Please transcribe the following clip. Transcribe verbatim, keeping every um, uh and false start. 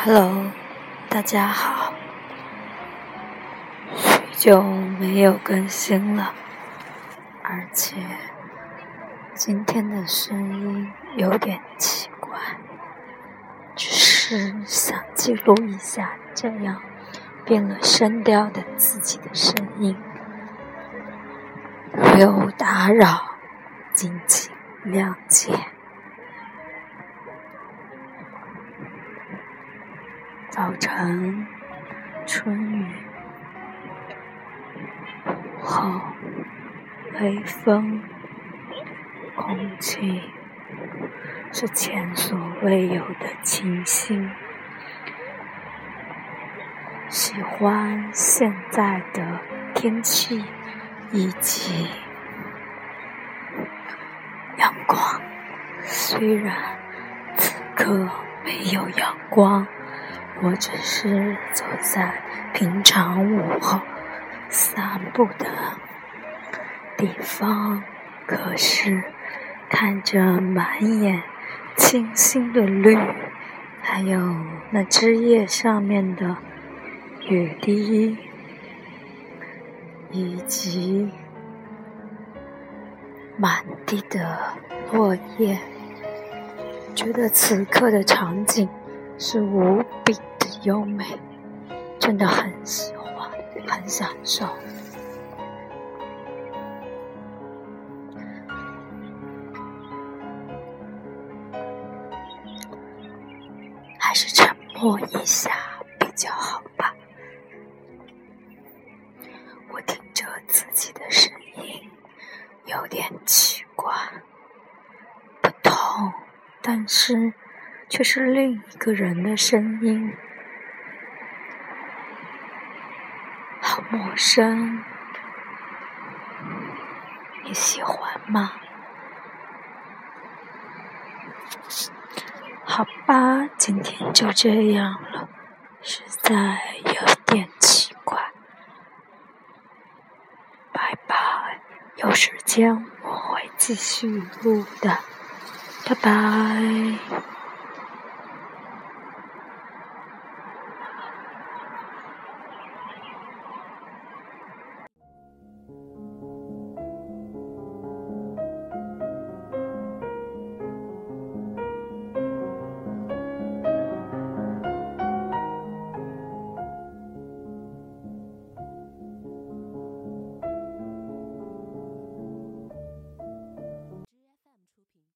Hello， 大家好，许久没有更新了，而且今天的声音有点奇怪，只是想记录一下这样变了声调的自己的声音，如有打扰，敬请谅解。早晨，春雨，午后，微风，空气是前所未有的清新。喜欢现在的天气以及阳光，虽然此刻没有阳光，我只是走在平常午后散步的地方，可是看着满眼清新的绿，还有那枝叶上面的雨滴，以及满地的落叶，觉得此刻的场景是无比的优美，真的很喜欢，很享受。还是沉默一下比较好吧。我听着自己的声音，有点奇怪，不同，但是却是另一个人的声音，好陌生。你喜欢吗？好吧，今天就这样了，实在有点奇怪。拜拜，有时间我会继续录的，拜拜。